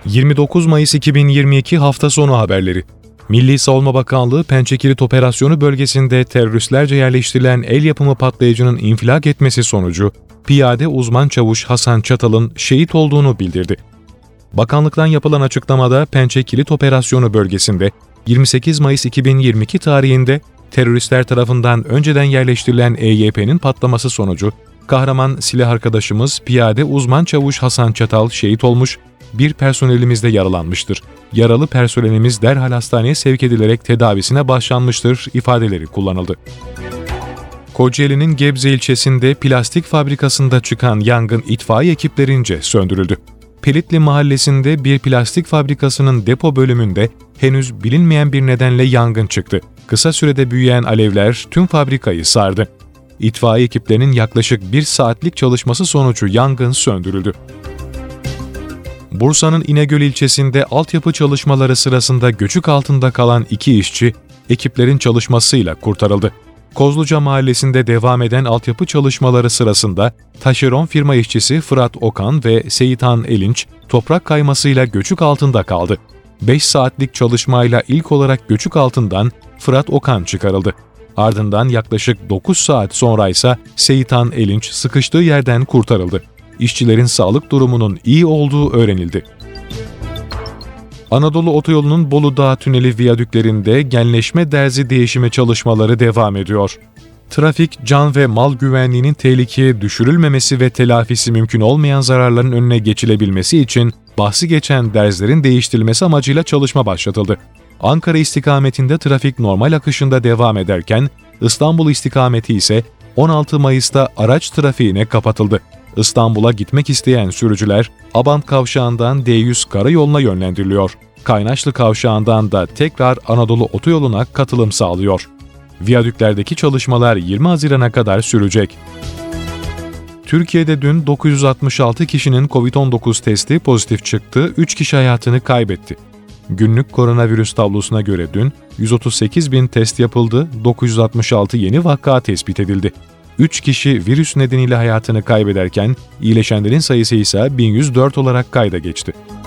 29 Mayıs 2022 hafta sonu haberleri. Milli Savunma Bakanlığı Pençekilit Operasyonu bölgesinde teröristlerce yerleştirilen el yapımı patlayıcının infilak etmesi sonucu piyade uzman çavuş Hasan Çatal'ın şehit olduğunu bildirdi. Bakanlıktan yapılan açıklamada Pençekilit Operasyonu bölgesinde 28 Mayıs 2022 tarihinde teröristler tarafından önceden yerleştirilen EYP'nin patlaması sonucu kahraman silah arkadaşımız piyade uzman çavuş Hasan Çatal şehit olmuş, bir personelimiz de yaralanmıştır. Yaralı personelimiz derhal hastaneye sevk edilerek tedavisine başlanmıştır ifadeleri kullanıldı. Kocaeli'nin Gebze ilçesinde plastik fabrikasında çıkan yangın itfaiye ekiplerince söndürüldü. Pelitli mahallesinde bir plastik fabrikasının depo bölümünde henüz bilinmeyen bir nedenle yangın çıktı. Kısa sürede büyüyen alevler tüm fabrikayı sardı. İtfaiye ekiplerinin yaklaşık 1 saatlik çalışması sonucu yangın söndürüldü. Bursa'nın İnegöl ilçesinde altyapı çalışmaları sırasında göçük altında kalan 2 işçi, ekiplerin çalışmasıyla kurtarıldı. Kozluca mahallesinde devam eden altyapı çalışmaları sırasında taşeron firma işçisi Fırat Okan ve Seyitan Elinç toprak kaymasıyla göçük altında kaldı. 5 saatlik çalışmayla ilk olarak göçük altından Fırat Okan çıkarıldı. Ardından yaklaşık 9 saat sonra ise Seyitan Elinç sıkıştığı yerden kurtarıldı. İşçilerin sağlık durumunun iyi olduğu öğrenildi. Anadolu Otoyolu'nun Bolu Dağı Tüneli viyadüklerinde genleşme derzi değişimi çalışmaları devam ediyor. Trafik, can ve mal güvenliğinin tehlikeye düşürülmemesi ve telafisi mümkün olmayan zararların önüne geçilebilmesi için bahsi geçen derzlerin değiştirilmesi amacıyla çalışma başlatıldı. Ankara istikametinde trafik normal akışında devam ederken, İstanbul istikameti ise 16 Mayıs'ta araç trafiğine kapatıldı. İstanbul'a gitmek isteyen sürücüler Abant Kavşağı'ndan D100 karayoluna yönlendiriliyor. Kaynaşlı Kavşağı'ndan da tekrar Anadolu Otoyolu'na katılım sağlıyor. Viyadüklerdeki çalışmalar 20 Haziran'a kadar sürecek. Türkiye'de dün 966 kişinin COVID-19 testi pozitif çıktı, 3 kişi hayatını kaybetti. Günlük koronavirüs tablosuna göre dün 138.000 test yapıldı, 966 yeni vaka tespit edildi. 3 kişi virüs nedeniyle hayatını kaybederken iyileşenlerin sayısı ise 1104 olarak kayda geçti.